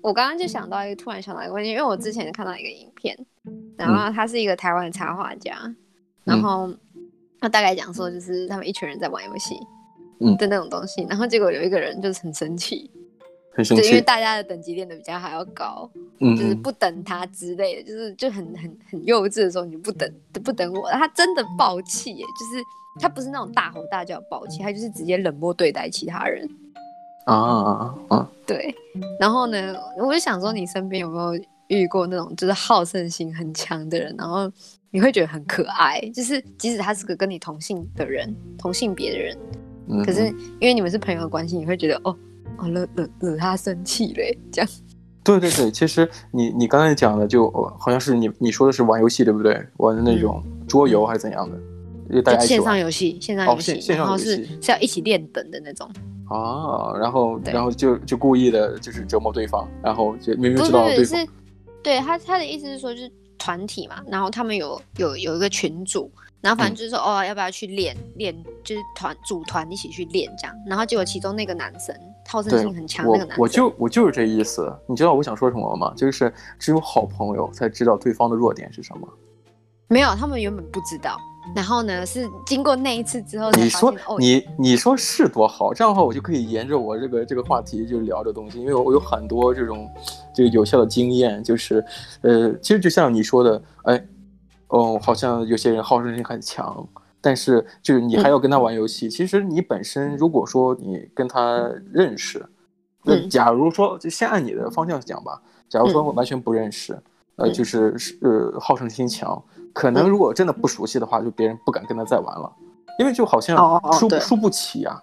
我刚刚就想到突然想到一个问题，因为我之前看到一个影片，然后他是一个台湾的插画家，然后他大概讲说就是他们一群人在玩游戏的那种东西，然后结果有一个人就是很生气，就因为大家的等级练得比他还要高，就是不等他之类的，就很幼稚的时候你不等我，他真的爆气耶，就是他不是那种大吼大叫爆气，他就是直接冷漠对待其他人对，然后呢，我就想说你身边有没有遇过那种就是好胜心很强的人，然后你会觉得很可爱，就是即使他是个跟你同性别的人，可是因为你们是朋友的关系，你会觉得惹他生气嘞，这样。 对对对，其实你刚才讲的就好像是你说的是玩游戏对不对？玩的那种桌游还是怎样的？就大家一起玩。 线上游戏，然后是要一起练等的那种。 然后就故意的就是折磨对方，然后就明明知道对方。 对他的意思是说就是团体嘛，然后他们有一个群组。然后反正就是说要不要去练，就是组团一起去练这样。然后结果其中那个男生好胜心很强，那个男生我就是这意思。你知道我想说什么吗？就是只有好朋友才知道对方的弱点是什么。 没有，他们原本不知道。然后呢，是经过那一次之后才发现你说是多好，这样的话我就可以沿着我这个话题就聊这东西，因为我有很多这个有效的经验，就是其实就像你说的，好像有些人好胜心很强，但是就是你还要跟他玩游戏。其实你本身如果说你跟他认识，假如说就先按你的方向讲吧，假如说完全不认识，就是好胜心强，可能如果真的不熟悉的话，就别人不敢跟他再玩了，因为就好像输不起啊。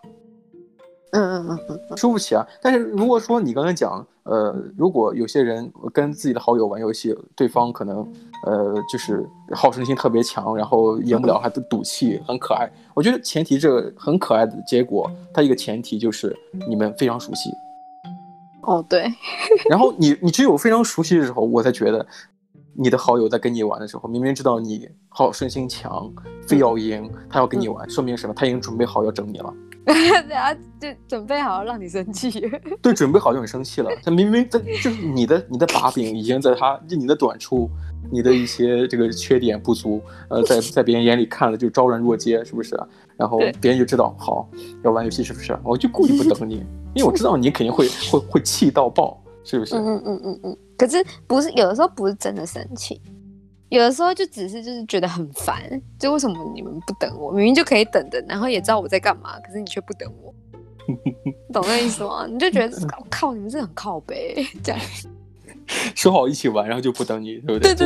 输不起啊。但是如果说你刚才讲，如果有些人跟自己的好友玩游戏，对方可能就是好胜心特别强，然后赢不了还赌气，很可爱。我觉得前提这个很可爱的结果，它一个前提就是你们非常熟悉。 对。 然后你只有非常熟悉的时候，我才觉得你的好友在跟你玩的时候，明明知道你好胜心强，非要赢，他要跟你玩，说明什么？他已经准备好要整你了。 对啊，就准备好让你生气。 对，准备好就很生气了。他明明就是你的把柄已经在你的短处，你的一些这个缺点不足，在别人眼里看了就昭然若揭，是不是？然后别人就知道好要玩游戏，是不是？我就故意不等你，因为我知道你肯定会气到爆，是不是？ 可是不是有的时候不是真的生气。有的时候就只是就是觉得很烦，就为什么你们不等我？明明就可以等的，然后也知道我在干嘛，可是你却不等我，懂那意思吗？你就觉得靠，你们是很靠北这样， 说好一起玩，然后就不等你，对不对？ 对。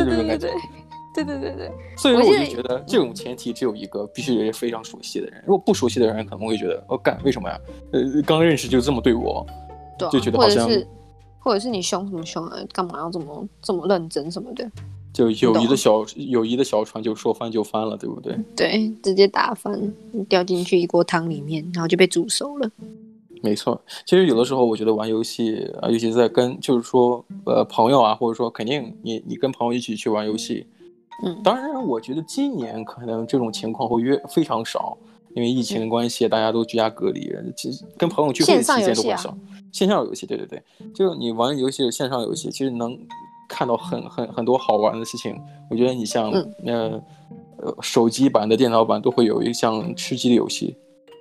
所以我就觉得这种前提只有一个，必须有非常熟悉的人。如果不熟悉的人，可能会觉得为什么呀？刚认识就这么对我，就觉得好像， 或者是你凶什么凶啊？干嘛要这么认真什么的？ 就友谊的小船就说翻就翻了，对不对？ 对，直接打翻，掉进去一锅汤里面，然后就被煮熟了。 没错，其实有的时候我觉得玩游戏啊，尤其在跟就是说朋友啊，或者说肯定你跟朋友一起去玩游戏，当然我觉得今年可能这种情况会非常少，因为疫情的关系，大家都居家隔离，其实跟朋友聚会的期间都会少。线上游戏，对，就你玩游戏线上游戏，其实能看到很多好玩的事情。我觉得你像手机版的、电脑版都会有一项吃鸡的游戏。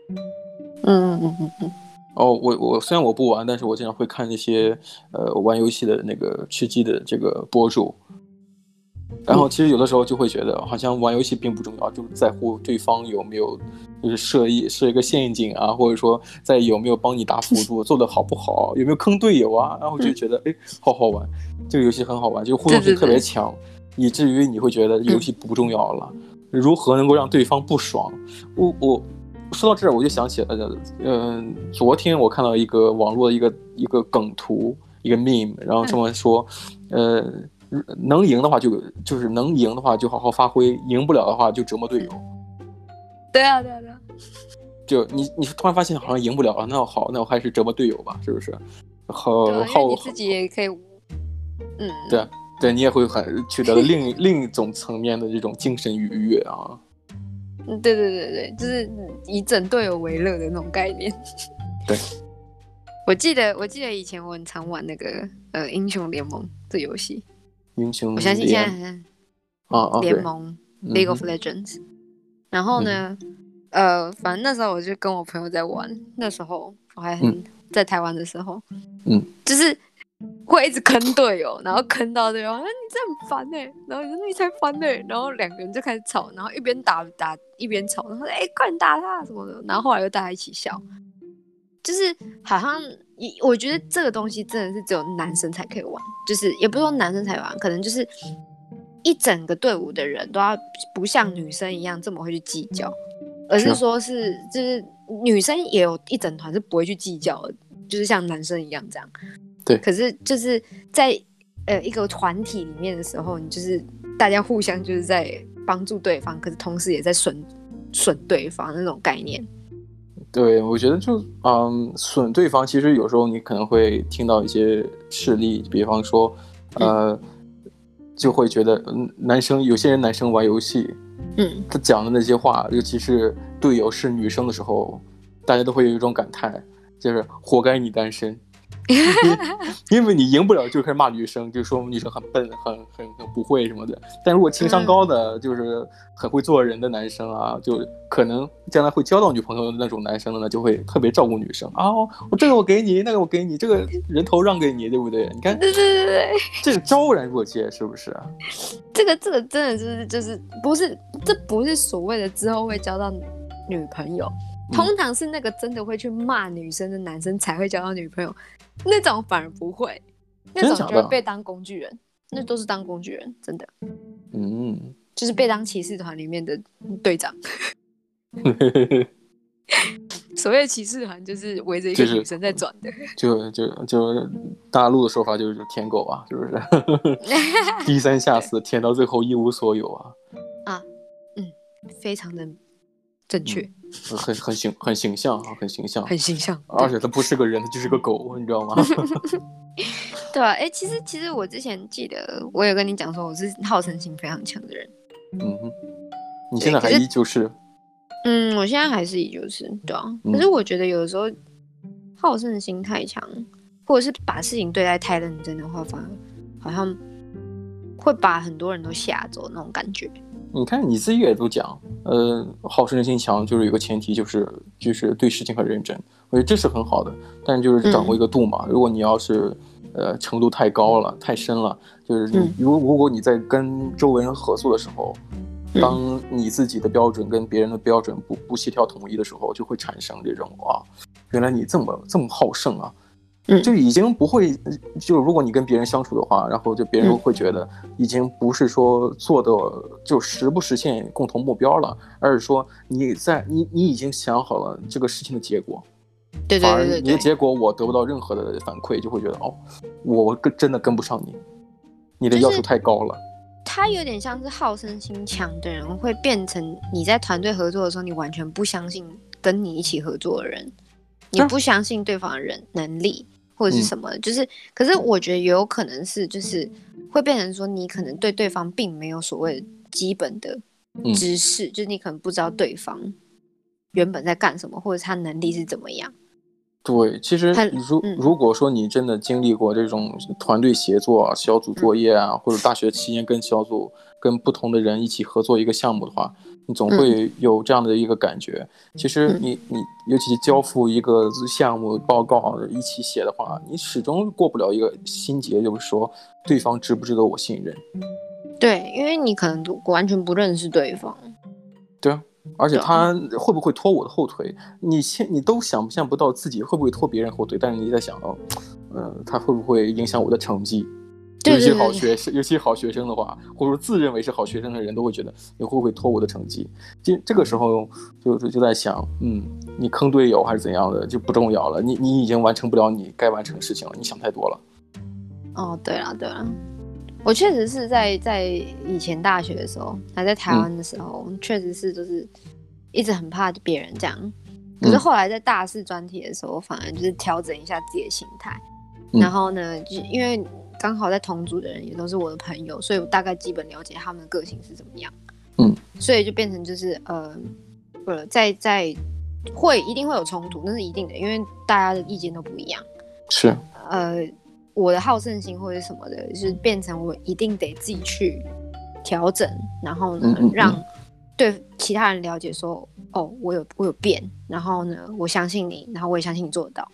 我虽然我不玩，但是我经常会看那些玩游戏的那个吃鸡的这个博主。然后其实有的时候就会觉得，好像玩游戏并不重要，就是在乎对方有没有就是设一个陷阱啊，或者说在有没有帮你打辅助，做得好不好，有没有坑队友啊，然后就觉得好好玩，这个游戏很好玩，就互动性特别强，以至于你会觉得游戏不重要了。如何能够让对方不爽？我说到这儿，我就想起了，昨天我看到一个网络的一个梗图，一个 meme， 然后上面说，能赢的话就是能赢的话就好好发挥，赢不了的话就折磨队友。 对啊。 就你突然发现好像赢不了了，那我还是折磨队友吧，是不是？ 你自己也可以， 对，你也会取得另一种层面的这种精神愉悦啊。 对，就是以整队友为乐的那种概念。 我记得以前我很常玩那个英雄联盟这游戏。 英雄联盟， 我相信现在联盟 League of Legends。然后呢，反正那时候我就跟我朋友在玩，那时候我还在台湾的时候，就是会一直坑队友，然后坑到队友，你这很烦欸，然后你说你才烦欸，然后两个人就开始吵，然后一边打一边吵，然后快点打他什么的，然后后来又大家一起笑，就是好像我觉得这个东西真的是只有男生才可以玩，就是也不是说男生才玩，可能就是一整个队伍的人都要不像女生一样这么会去计较，而是说就是女生也有一整团是不会去计较的，就是像男生一样这样。 对。 可是就是在一个团体里面的时候，你就是大家互相就是在帮助对方，可是同时也在损对方那种概念。 对，我觉得就损对方，其实有时候你可能会听到一些事例，比方说就会觉得有些男生玩游戏，他讲的那些话，尤其是队友是女生的时候，大家都会有一种感叹，就是活该你单身。因为你赢不了就开始骂女生，就说女生很笨很不会什么的。但如果情商高的，就是很会做人的男生啊，就可能将来会交到女朋友的那种男生呢，就会特别照顾女生啊，我这个我给你，那个我给你，这个人头让给你，对不对？你看，对，这个昭然若揭，是不是啊？ 这个真的就是不是，这不是所谓的之后会交到女朋友，通常是那个真的会去骂女生的男生才会交到女朋友。那种反而不会，那种就会被当工具人，那都是当工具人，真的。就是被当骑士团里面的队长。所谓的骑士团就是围着一个女生在转的， 就大陆的说法就是舔狗啊，是不是？低三下四，舔到最后一无所有啊！ 非常的正确。 很形象啊，很形象，而且他不是个人，他就是个狗，你知道吗？ 对啊，其实我之前记得我有跟你讲说我是好胜心非常强的人。 你现在还依旧是？ 我现在还是依旧是，对啊。可是我觉得有的时候好胜心太强，或者是把事情对待太认真的话，反而好像会把很多人都吓走那种感觉。 你看你自己也都讲，好胜心强就是有个前提，就是对事情很认真，我觉得这是很好的，但就是掌握一个度嘛。如果你要是程度太高了、太深了，就是如果你在跟周围人合作的时候，当你自己的标准跟别人的标准不协调统一的时候，就会产生这种原来你这么好胜啊。就已经不会，就如果你跟别人相处的话，然后就别人会觉得已经不是说做的就实不实现共同目标了，而是说你已经想好了这个事情的结果， 对， 反而你的结果我得不到任何的反馈，就会觉得我真的跟不上你的要求太高了。 他有点像是好胜心强的人会变成你在团队合作的时候，你完全不相信跟你一起合作的人，你不相信对方的能力。或者是什么的，就是可是我觉得也有可能是就是会变成说你可能对对方并没有所谓基本的知识，就是你可能不知道对方原本在干什么，或者他能力是怎么样。 对，其实如果说你真的经历过这种团队协作啊、小组作业啊，或者大学期间跟不同的人一起合作一个项目的话，你总会有这样的一个感觉。其实你尤其交付一个项目报告一起写的话，你始终过不了一个心结，就是说对方值不值得我信任。 对，因为你可能完全不认识对方。 对啊，而且他会不会拖我的后腿，你都想象不到自己会不会拖别人后腿，但是你在想他会不会影响我的成绩。尤其好学生的话，或者说自认为是好学生的人都会觉得你会不会拖我的成绩。这个时候就在想，你坑队友还是怎样的就不重要了，你已经完成不了你该完成的事情了，你想太多了。 对了，我确实是在以前大学的时候，还在台湾的时候，确实是就是一直很怕别人这样。可是后来在大四专题的时候，反而就是调整一下自己的心态。然后呢，就因为刚好在同组的人也都是我的朋友，所以我大概基本了解他们的个性是怎么样。所以就变成就是在一定会有冲突，那是一定的，因为大家的意见都不一样。 是我的好胜心或者什么的，就是变成我一定得自己去调整，然后呢，让对其他人了解说，哦，我有变，然后呢，我相信你，然后我也相信你做得到。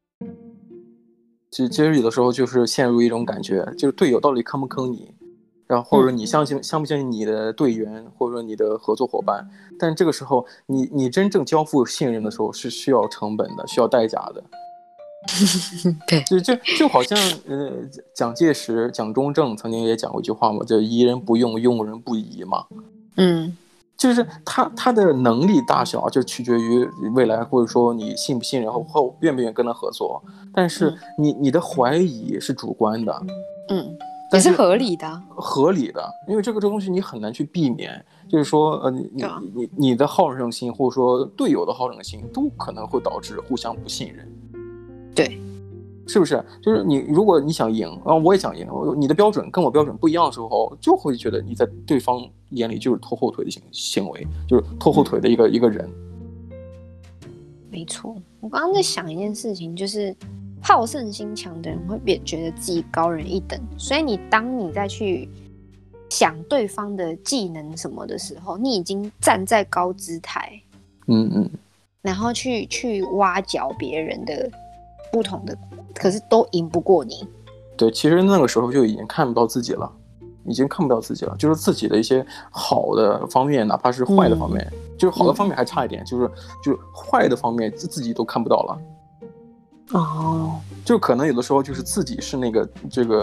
其实有的时候就是陷入一种感觉，就是队友到底坑不坑你，然后或者你相不相信你的队员，或者说你的合作伙伴。但这个时候你真正交付信任的时候是需要成本的，需要代价的。 对， 就好像蒋介石、蒋中正曾经也讲过一句话嘛，叫疑人不用，用人不疑嘛。就是他的能力大小就取决于未来，或者说你信不信任后愿不愿意跟他合作。但是你的怀疑是主观的， 也是合理的， 因为这个东西你很难去避免。就是说你的好胜心或者说队友的好胜心都可能会导致互相不信任。 对， 是不是？就是如果你想赢，然后我也想赢，你的标准跟我标准不一样的时候，就会觉得你在对方眼里就是拖后腿的行为，就是拖后腿的一个人。 没错，我刚刚在想一件事情，就是好胜心强的人会觉得自己高人一等，所以当你再去想对方的技能什么的时候，你已经站在高姿态，然后去挖角别人的不同的，可是都赢不过你。 对，其实那个时候就已经看不到自己了，就是自己的一些好的方面，哪怕是坏的方面，就是好的方面还差一点，就是坏的方面自己都看不到了。就可能有的时候就是自己是那个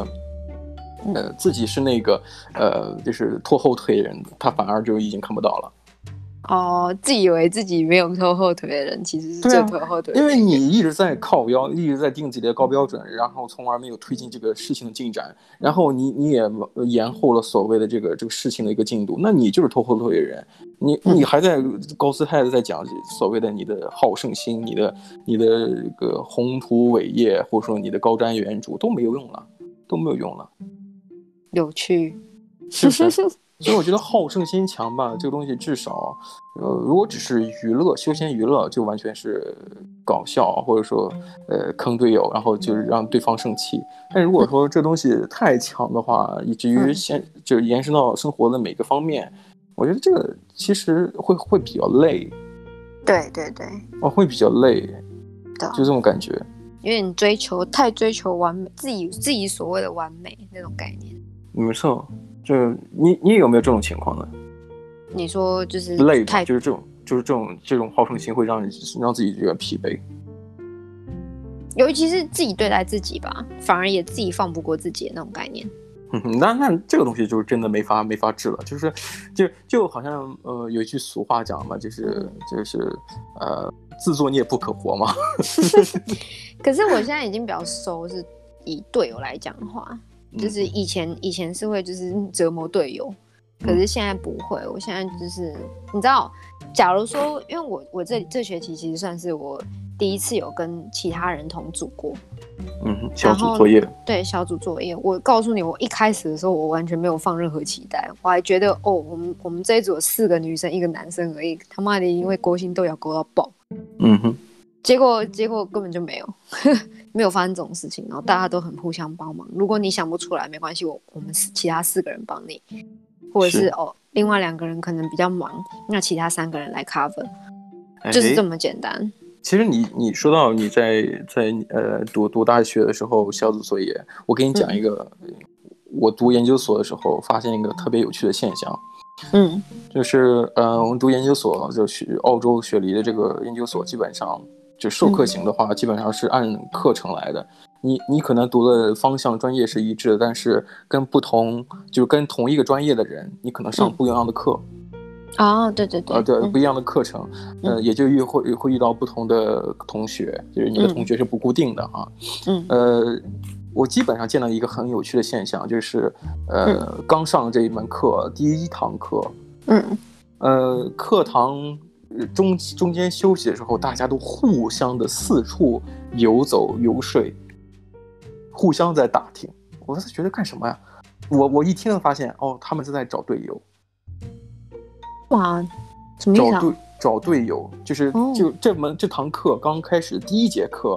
就是拖后腿的人，他反而就已经看不到了。 自以为自己没有拖后腿的人，其实是最拖后腿的人。 因为你一直在靠标，一直在定自己的高标准，然后从而没有推进这个事情的进展，然后你也延后了所谓的这个事情的一个进度，那你就是拖后腿的人。你还在高姿态的在讲所谓的你的好胜心，你的这个宏图伟业，或者说你的高瞻远瞩都没有用了。 有趣， 是不是？所以我觉得好胜心强吧，这个东西至少，如果只是休闲娱乐，就完全是搞笑，或者说坑队友，然后就是让对方生气。但如果说这东西太强的话，以至于就延伸到生活的每个方面，我觉得这个其实会比较累。 对， 会比较累，就这种感觉。 有点太追求完美，自己所谓的完美那种概念。 没错。就你有没有这种情况呢？ 你说就是累吧，就是这种好胜心会让自己觉得疲惫， 尤其是自己对待自己吧，反而也自己放不过自己的那种概念。 那这个东西就是真的没法治了，就好像有一句俗话讲嘛，就是自作孽不可活嘛。 可是我现在已经比较收，是以队友来讲的话。就是以前是会就是折磨队友，可是现在不会。我现在就是你知道，假如说，因为我这学期其实算是我第一次有跟其他人同组过， 小组作业。 对，小组作业。我告诉你，我一开始的时候我完全没有放任何期待，我还觉得我们这一组有4个女生1个男生而已，他妈的因为勾心斗角勾到爆。结果根本就没有没有发生这种事情，然后大家都很互相帮忙。如果你想不出来没关系，我们其他4个人帮你，或者是另外2个人可能比较忙，那其他3个人来 cover，就是这么简单。 其实你说到你在读大学的时候小组作业，我给你讲一个，我读研究所的时候发现一个特别有趣的现象。就是我们读研究所就澳洲雪梨的这个研究所，基本上就授课型的话，基本上是按课程来的。你可能读的方向专业是一致的，但是跟同一个专业的人，你可能上不一样的课。 对， 不一样的课程，也就会遇到不同的同学，就是你的同学是不固定的啊。我基本上见到一个很有趣的现象，就是刚上这一门课第1堂课，课堂中间休息的时候，大家都互相的四处游走游说，互相在打听。我在觉得干什么呀？我一听发现，他们是在找队友。 哇，什么意思啊？ 找队友，就是这堂课刚开始第1节课，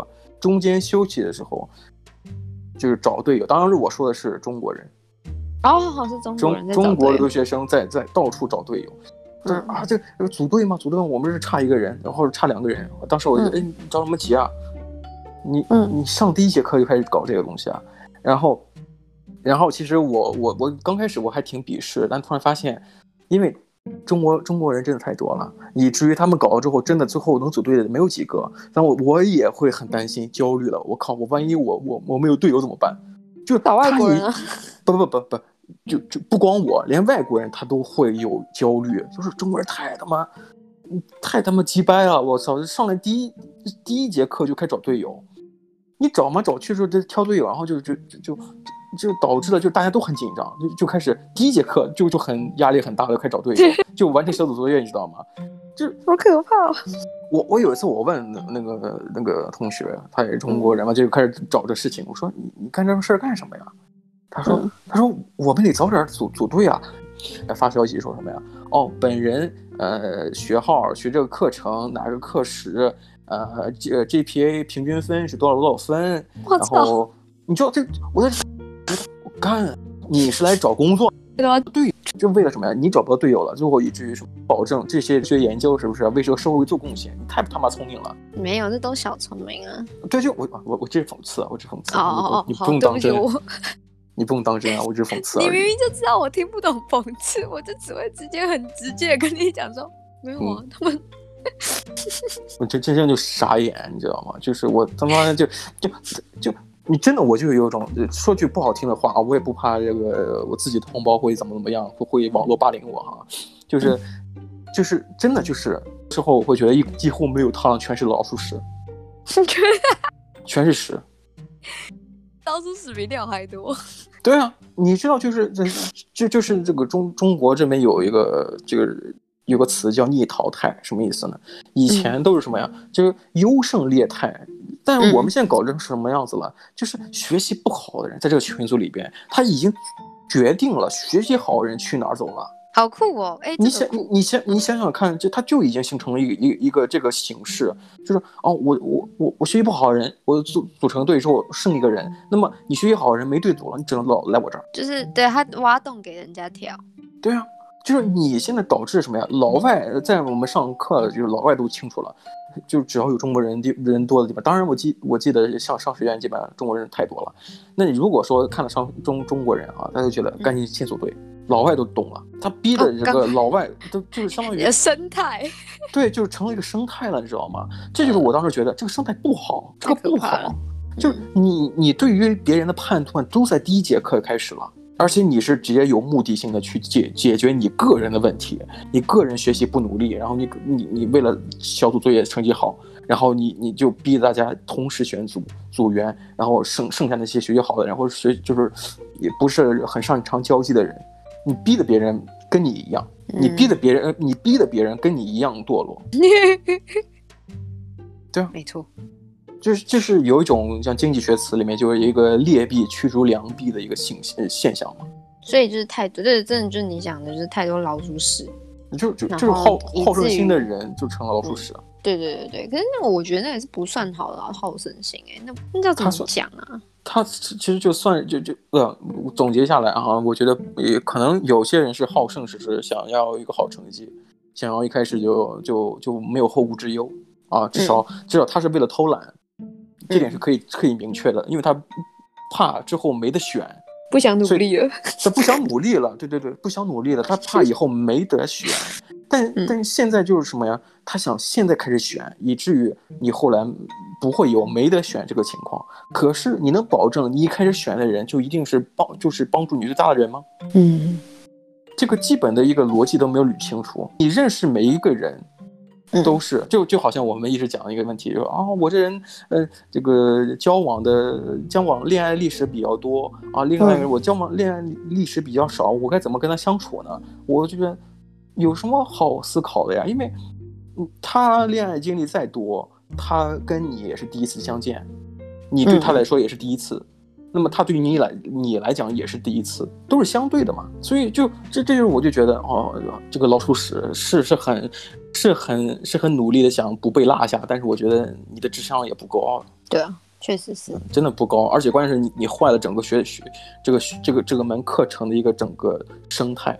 中间休息的时候，就是找队友。当然我说的是中国人。 哦，是中国人在找队友。 中国留学生在到处找队友。这组队吗？组队吗？我们是差1个人，然后差2个人。当时我就你着什么急啊？你上第1节课就开始搞这个东西啊？然后其实我刚开始我还挺鄙视，但突然发现，因为中国人真的太多了，以至于他们搞了之后，真的最后能组队的没有几个。但我也会很担心、焦虑了。我靠，我万一我没有队友怎么办？就找外国人啊？ 不，就不光我，连外国人他都会有焦虑，就是中国人太他妈鸡掰了！我操，上来第一节课就开始找队友，你找嘛找去之后就挑队友，然后就导致了就大家都很紧张，就开始第1节课就很压力很大的开始找队友，就完成小组作业，你知道吗？就好可怕哦！ 我有一次我问那个同学，他也是中国人嘛，就开始找这事情。我说你干这事儿干什么呀？他说我们得早点组队啊。发消息说什么呀？本人学号学这个课程哪个课时GPA 平均分是多少分？然后你知道这我干，你是来找工作？对，这为了什么呀？你找不到队友了，最后以至于保证这些研究是不是为这个社会做贡献？你太他妈聪明了！ 没有，这都小聪明啊！ 对，就我这是讽刺啊，我这是讽刺。你不用当真，你不用当真啊，我只是讽刺而已。 你明明就知道我听不懂讽刺，我就只会很直接跟你讲说，没有啊，他们。 我真正就傻眼，你知道吗？就是我他妈就你真的我就有一种说句不好听的话，我也不怕这个我自己的同胞会怎么样，会网络霸凌我哈。就是真的就是之后我会觉得几乎没有汤，全是老鼠屎，全是屎， 老鼠屎比料还多。 对啊，你知道就是这个中国这边有一个有个词叫逆淘汰，什么意思呢？以前都是什么呀？就是优胜劣汰。但是我们现在搞成什么样子了？就是学习不好的人在这个群组里边，他已经决定了学习好的人去哪儿走了。 好酷哦！哎， 你想想看，它就已经形成了一个这个形式，就是我学习不好的人，我组成队之后剩1个人，那么你学习好的人没队组了，你只能来我这儿。 就是对他挖洞给人家跳。 对啊，就是你现在导致什么呀？老外在我们上课，就是老外都清楚了。就只要有中国人多的地方，当然我记得像上学院基本上中国人太多了。那你如果说看到中国人啊，他就觉得赶紧先组队，老外都懂了，他逼的这个老外都就是相当于生态， 对，就是成了一个生态了，你知道吗？这就是我当时觉得这个生态不好，这个不好，就是你对于别人的判断都在第1节课开始了。而且你是直接有目的性的去解决你个人的问题，你个人学习不努力，然后你为了小组作业成绩好，然后你就逼大家同时选组员，然后剩下那些学习好的人，或者就是也不是很擅长交际的人，你逼的别人跟你一样，你逼的别人跟你一样堕落。对啊， 没错。 就是有一种像经济学词里面就有一个劣币驱逐良币的一个现象嘛， 所以就是太多，这真的就是你讲的，就是太多老鼠屎， 就是好胜心的人就成了老鼠屎了。 对，可是那我觉得那也是不算好的好胜心那叫怎么讲啊？ 他其实就算总结下来啊，我觉得也可能有些人是好胜，只是想要一个好成绩，想要一开始就没有后顾之忧啊，至少他是为了偷懒。这点是可以明确的，因为他怕之后没得选， 不想努力了。 他不想努力了，对，不想努力了，他怕以后没得选。但是现在就是什么呀？他想现在开始选，以至于你后来不会有没得选这个情况。可是你能保证你一开始选的人就一定是帮助你最大的人吗？这个基本的一个逻辑都没有捋清楚。你认识每一个人。都是就好像我们一直讲一个问题，说我这人这个交往恋爱历史比较多啊，另外我交往恋爱历史比较少，我该怎么跟他相处呢？我觉得有什么好思考的呀？因为他恋爱经历再多，他跟你也是第一次相见，你对他来说也是第一次，那么他对于你来讲也是第一次，都是相对的嘛。所以这就是我就觉得这个老鼠屎是很努力的想不被落下，但是我觉得你的智商也不够。 对啊， 确实是， 真的不高，而且关键是你坏了整个这个门课程的一个整个生态，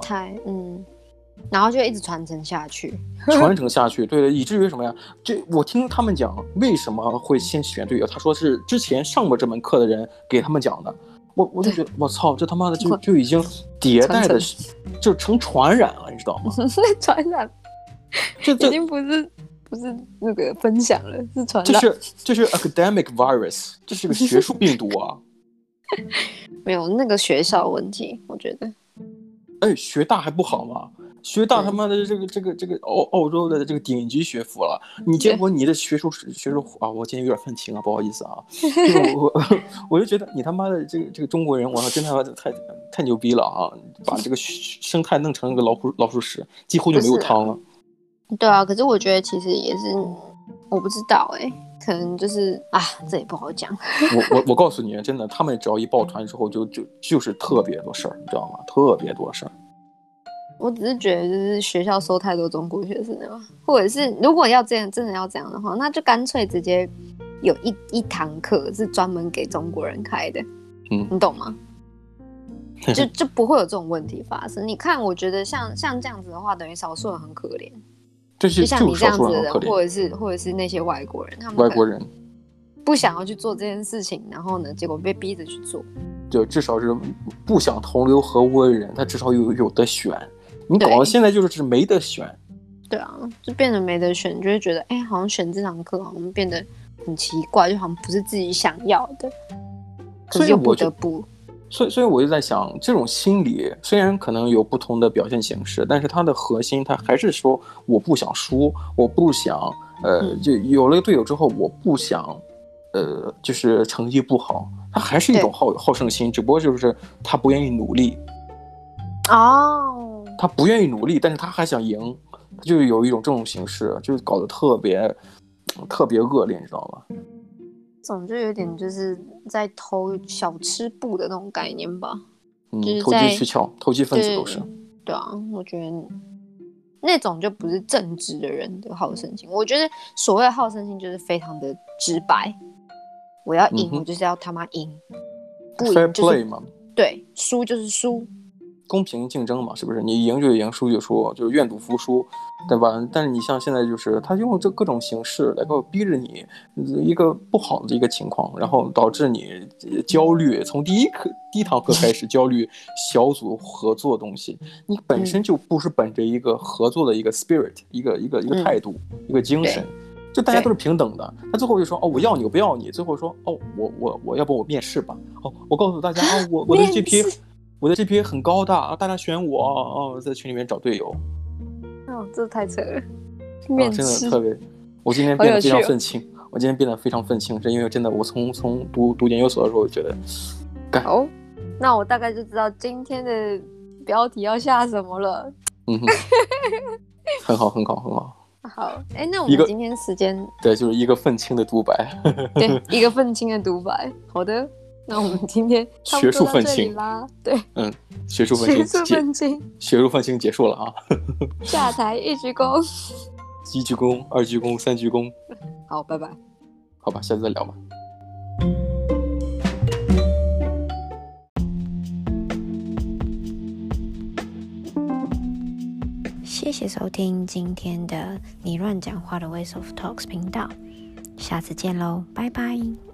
然后就一直传承下去， 对，以至于什么呀？我听他们讲为什么会先选队友，他说是之前上过这门课的人给他们讲的。我就觉得我操，这他妈的就已经迭代的，就成传染了，你知道吗？ 传染，这已经不是那个分享了，是传染。 这是 academic virus， 这是个学术病毒啊。 没有那个学校问题，我觉得。 学大还不好吗？学大他妈的这个澳洲的这个顶级学府了，你结果你的学术啊，我今天有点愤青啊，不好意思啊，我就觉得你他妈的这个中国人，我真他妈太牛逼了啊，把这个生态弄成一个老鼠屎，几乎就没有汤了。 对啊，可是我觉得其实也是，我不知道可能就是这也不好讲。 我告诉你，真的，他们只要一抱团之后，就是特别多事儿，你知道吗？特别多事儿。 我只是觉得，就是学校收太多中国学生了，或者是如果要真的要这样的话，那就干脆直接有一堂课是专门给中国人开的，你懂吗？就不会有这种问题发生。你看，我觉得像这样子的话，等于少数人很可怜，就像你这样子的人，或者是那些外国人，他们外国人不想要去做这件事情，然后呢，结果被逼着去做， 就至少是不想同流合污的人，他至少有得选。你搞到现在就是没得选， 对啊，就变得没得选，就会觉得好像选这堂课好像变得很奇怪，就好像不是自己想要的，可是又不得不。 所以我就在想，这种心理虽然可能有不同的表现形式，但是它的核心，它还是说我不想输，我不想就有了队友之后，我不想就是成绩不好，它还是一种好胜心，只不过就是他不愿意努力。他不愿意努力，但是他还想赢，他就有一种这种形式，就是搞得特别恶劣，你知道吗？ 总就有点就是在偷小吃部的那种概念吧，就是投机取巧，投机分子都是。 对啊，我觉得那种就不是正直的人的好胜心。我觉得所谓的好胜心就是非常的直白，我要赢，我就是要他妈赢，不赢就是 fair play 嘛， 对，输就是输。 公平竞争嘛，是不是？你赢就赢，输就输，就是愿赌服输，对吧？但是你像现在就是他用这各种形式来逼着你一个不好的一个情况，然后导致你焦虑，从第一堂课开始焦虑小组合作的东西，你本身就不是本着一个合作的一个 spirit， 一个态度，一个精神。就大家都是平等的，他最后就说我要你，我不要你，最后说我要不我面试吧，我告诉大家我的 GPA 很高的大家选我在群里面找队友。 这太扯了， 真的特别。我今天变得非常愤青，是因为真的我从读研究所的时候觉得那我大概就知道今天的标题要下什么了。 很好。 好，那我们今天时间对，就是一个愤青的独白。 对，一个愤青的独白。好的，那我们今天学术愤青啦，对， 学术愤青结束了啊。 下台一鞠躬， 一鞠躬，二鞠躬，三鞠躬。 好，拜拜。 好吧，下次再聊吧。 谢谢收听今天的你乱讲话的 Ways of Talks 频道，下次见喽，拜拜。